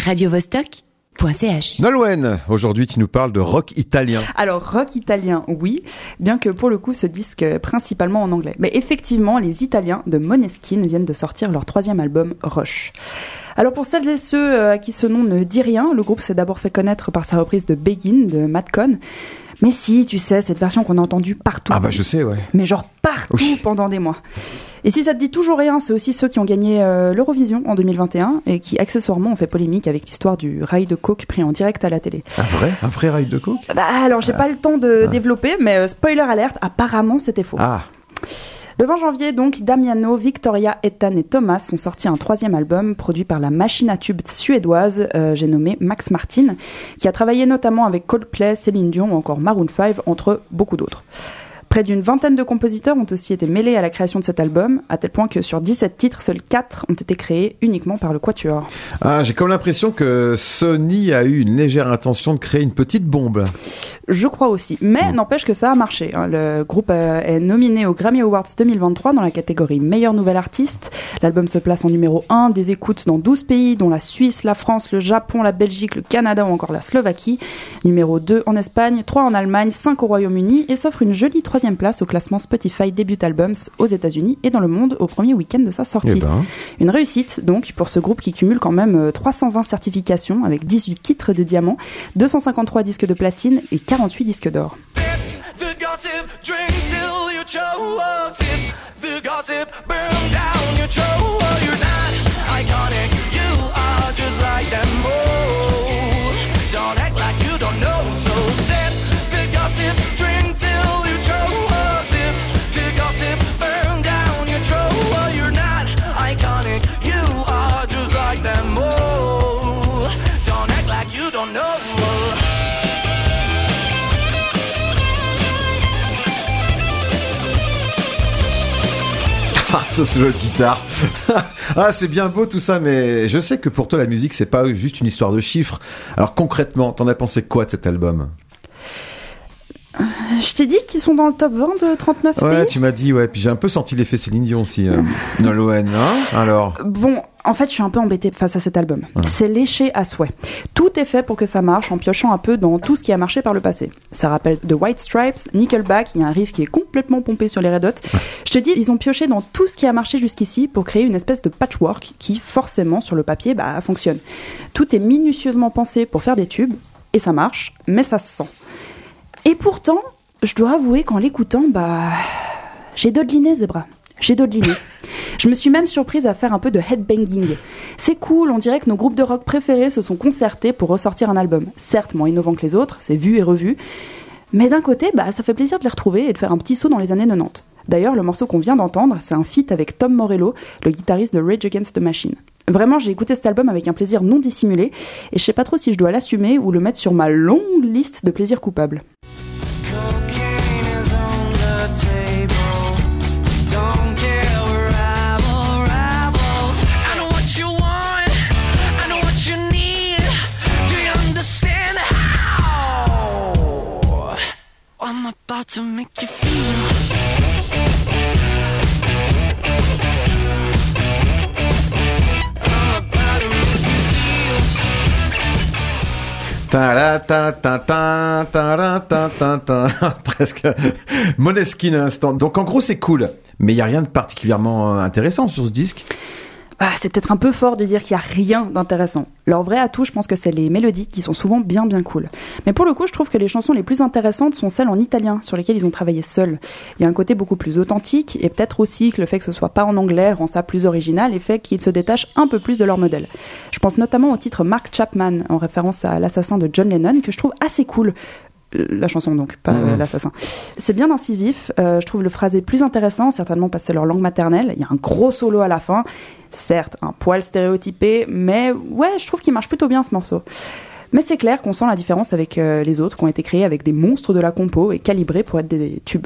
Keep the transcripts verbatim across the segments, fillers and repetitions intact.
radio vostok point c h. Nolwenn, aujourd'hui tu nous parles de rock italien. Alors rock italien, oui, bien que pour le coup ce disque principalement en anglais. Mais effectivement, les Italiens de Måneskin viennent de sortir leur troisième album Rush. Alors pour celles et ceux à qui ce nom ne dit rien, le groupe s'est d'abord fait connaître par sa reprise de Begin de Madcon. Mais si, tu sais, cette version qu'on a entendue partout. Ah bah je sais, ouais. Mais genre partout oui. Pendant des mois. Et si ça te dit toujours rien, c'est aussi ceux qui ont gagné euh, l'Eurovision en deux mille vingt et un et qui accessoirement ont fait polémique avec l'histoire du rail de coke pris en direct à la télé. Un vrai Un vrai rail de coke Bah alors j'ai ah. pas le temps de ah. développer, mais euh, spoiler alerte, apparemment c'était faux. Ah. Le vingt janvier, donc, Damiano, Victoria, Ethan et Thomas ont sorti un troisième album produit par la machine à tubes suédoise, euh, j'ai nommé Max Martin, qui a travaillé notamment avec Coldplay, Céline Dion ou encore Maroon cinq, entre beaucoup d'autres. Près d'une vingtaine de compositeurs ont aussi été mêlés à la création de cet album, à tel point que sur dix-sept titres, seuls quatre ont été créés uniquement par le Quatuor. Ah, j'ai comme l'impression que Sony a eu une légère intention de créer une petite bombe. Je crois aussi, mais mmh. n'empêche que ça a marché. Le groupe est nominé aux Grammy Awards deux mille vingt-trois dans la catégorie Meilleur Nouvel Artiste. L'album se place en numéro un des écoutes dans douze pays, dont la Suisse, la France, le Japon, la Belgique, le Canada ou encore la Slovaquie. Numéro deux en Espagne, trois en Allemagne, cinq au Royaume-Uni et s'offre une jolie troisième place au classement Spotify Debut Albums aux États-Unis et dans le monde au premier week-end de sa sortie. Eh ben. Une réussite donc pour ce groupe qui cumule quand même trois cent vingt certifications avec dix-huit titres de diamant, deux cent cinquante-trois disques de platine et quarante-huit disques d'or. Ah, ce solo de guitare. Ah, c'est bien beau tout ça, mais je sais que pour toi la musique c'est pas juste une histoire de chiffres. Alors concrètement, t'en as pensé quoi de cet album ? Euh, je t'ai dit qu'ils sont dans le top vingt de trente-neuf ouais, pays. Ouais, tu m'as dit, ouais. Puis j'ai un peu senti l'effet Céline Dion aussi. Euh, Nolwenn, hein ? Alors. Bon, en fait, je suis un peu embêtée face à cet album. Ouais. C'est léché à souhait. Tout est fait pour que ça marche en piochant un peu dans tout ce qui a marché par le passé. Ça rappelle The White Stripes, Nickelback, il y a un riff qui est complètement pompé sur les Red Hot. Ouais. Je te dis, ils ont pioché dans tout ce qui a marché jusqu'ici pour créer une espèce de patchwork qui, forcément, sur le papier, bah, fonctionne. Tout est minutieusement pensé pour faire des tubes, et ça marche, mais ça se sent. Et pourtant, je dois avouer qu'en l'écoutant, bah, j'ai dodeliné, Zebra. J'ai dodeliné. Je me suis même surprise à faire un peu de headbanging. C'est cool, on dirait que nos groupes de rock préférés se sont concertés pour ressortir un album. Certes, moins innovant que les autres, c'est vu et revu. Mais d'un côté, bah, ça fait plaisir de les retrouver et de faire un petit saut dans les années quatre-vingt-dix. D'ailleurs, le morceau qu'on vient d'entendre, c'est un feat avec Tom Morello, le guitariste de Rage Against the Machine. Vraiment, j'ai écouté cet album avec un plaisir non dissimulé et je sais pas trop si je dois l'assumer ou le mettre sur ma longue liste de plaisirs coupables. I'm about to make you feel. I'm about to make you feel. Ta ta ta ta ta ta ta ta presque Måneskin à l'instant. Donc en gros c'est cool, mais il y a rien de particulièrement intéressant sur ce disque. Ah, c'est peut-être un peu fort de dire qu'il n'y a rien d'intéressant. Leur vrai atout, je pense que c'est les mélodies qui sont souvent bien bien cool. Mais pour le coup, je trouve que les chansons les plus intéressantes sont celles en italien, sur lesquelles ils ont travaillé seuls. Il y a un côté beaucoup plus authentique, et peut-être aussi que le fait que ce soit pas en anglais rend ça plus original et fait qu'ils se détachent un peu plus de leur modèle. Je pense notamment au titre Mark Chapman, en référence à l'assassin de John Lennon, que je trouve assez cool. La chanson donc, pas mmh. l'assassin. C'est bien incisif, euh, je trouve le phrasé plus intéressant, certainement parce que c'est leur langue maternelle. Il y a un gros solo à la fin, certes un poil stéréotypé, mais ouais, je trouve qu'il marche plutôt bien ce morceau. Mais c'est clair qu'on sent la différence avec euh, les autres qui ont été créés avec des monstres de la compo et calibrés pour être des tubes.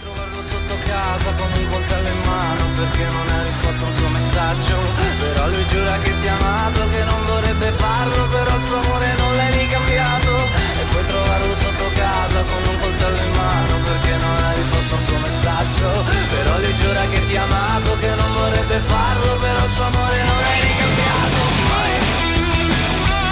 Con un coltello in mano perché non hai risposto al suo messaggio. Però lui giura che ti ha amato, che non vorrebbe farlo, però il suo amore non l'hai ricambiato mai.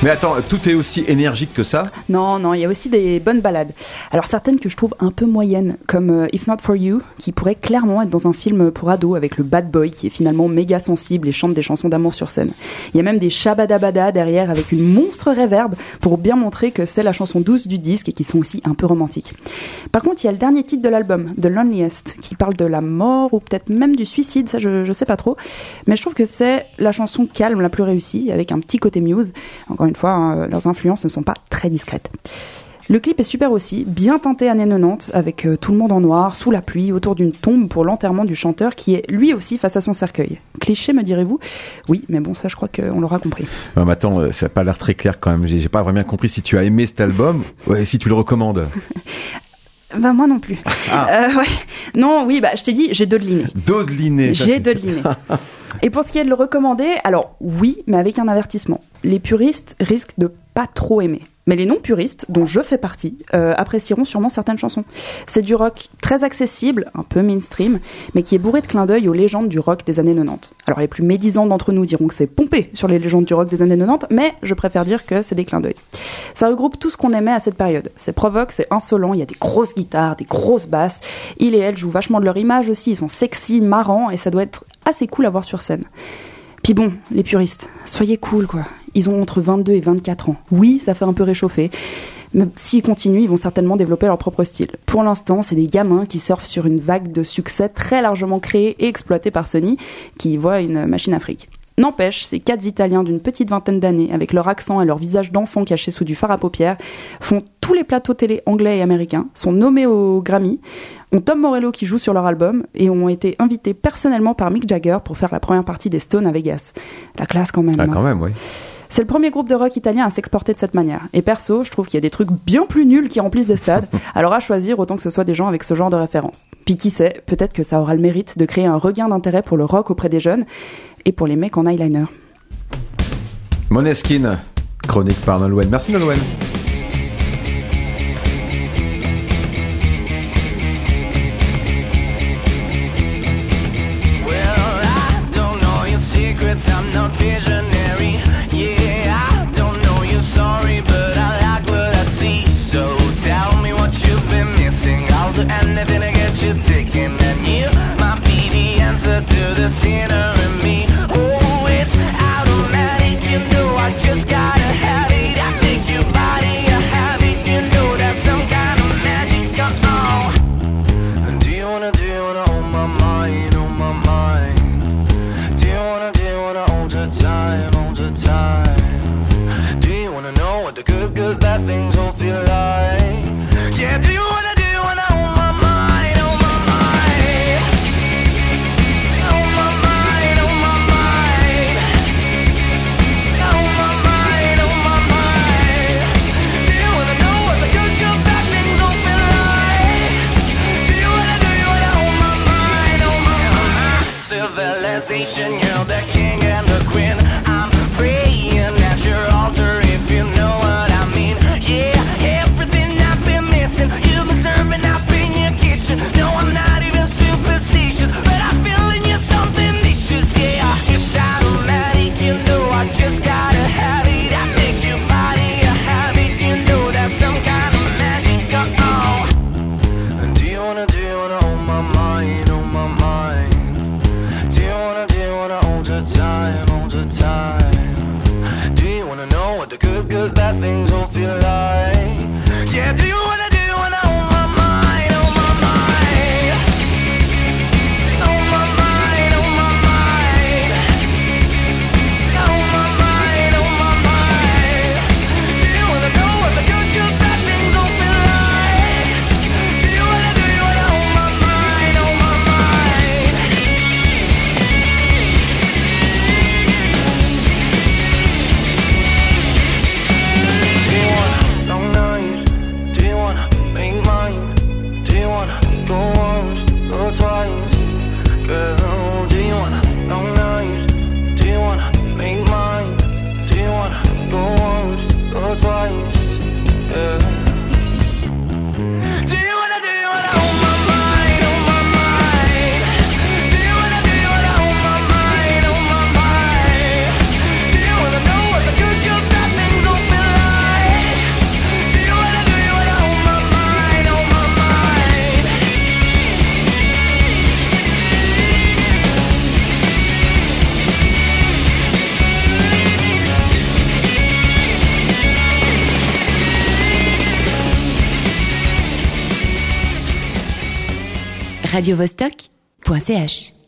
Mais attends, tout est aussi énergique que ça? Non, non, il y a aussi des bonnes ballades. Alors certaines que je trouve un peu moyennes, comme euh, If Not For You, qui pourrait clairement être dans un film pour ados avec le bad boy qui est finalement méga sensible et chante des chansons d'amour sur scène. Il y a même des shabadabada derrière avec une monstre réverb pour bien montrer que c'est la chanson douce du disque et qui sont aussi un peu romantiques. Par contre, il y a le dernier titre de l'album, The Loneliest, qui parle de la mort ou peut-être même du suicide, ça je, je sais pas trop. Mais je trouve que c'est la chanson calme la plus réussie, avec un petit côté Muse. Encore une fois, hein, leurs influences ne sont pas très discrètes. Le clip est super aussi, bien teinté années quatre-vingt-dix, avec euh, tout le monde en noir, sous la pluie, autour d'une tombe pour l'enterrement du chanteur qui est lui aussi face à son cercueil. Cliché, me direz-vous? Oui, mais bon, ça je crois qu'on l'aura compris. Non, mais attends, ça n'a pas l'air très clair quand même. J'ai, j'ai pas vraiment compris si tu as aimé cet album, ouais, si tu le recommandes. Bah moi non plus. Ah. Euh, ouais. Non, oui, bah je t'ai dit, j'ai dodeliné. Dodeliné. J'ai dodeliné. Et pour ce qui est de le recommander, alors oui, mais avec un avertissement. Les puristes risquent de pas trop aimer. Mais les non-puristes, dont je fais partie, euh, apprécieront sûrement certaines chansons. C'est du rock très accessible, un peu mainstream, mais qui est bourré de clins d'œil aux légendes du rock des années quatre-vingt-dix. Alors les plus médisants d'entre nous diront que c'est pompé sur les légendes du rock des années quatre-vingt-dix, mais je préfère dire que c'est des clins d'œil. Ça regroupe tout ce qu'on aimait à cette période. C'est provoque, c'est insolent, il y a des grosses guitares, des grosses basses. Ils et elles jouent vachement de leur image aussi, ils sont sexy, marrants, et ça doit être assez cool à voir sur scène. Puis bon, les puristes, soyez cool quoi. Ils ont entre vingt-deux et vingt-quatre ans. Oui, ça fait un peu réchauffer. Mais s'ils continuent, ils vont certainement développer leur propre style. Pour l'instant, c'est des gamins qui surfent sur une vague de succès très largement créée et exploitée par Sony, qui y voit une machine à fric. N'empêche, ces quatre Italiens d'une petite vingtaine d'années, avec leur accent et leur visage d'enfant caché sous du fard à paupières, font tous les plateaux télé anglais et américains, sont nommés au Grammy, ont Tom Morello qui joue sur leur album et ont été invités personnellement par Mick Jagger pour faire la première partie des Stones à Vegas. La classe quand même. Ah, hein. quand même, oui. C'est le premier groupe de rock italien à s'exporter de cette manière. Et perso, je trouve qu'il y a des trucs bien plus nuls qui remplissent des stades. Alors à choisir, autant que ce soit des gens avec ce genre de référence. Puis qui sait, peut-être que ça aura le mérite de créer un regain d'intérêt pour le rock auprès des jeunes et pour les mecs en eyeliner. Måneskin, chronique par Nolwenn. Merci Nolwenn. radio vostok point c h.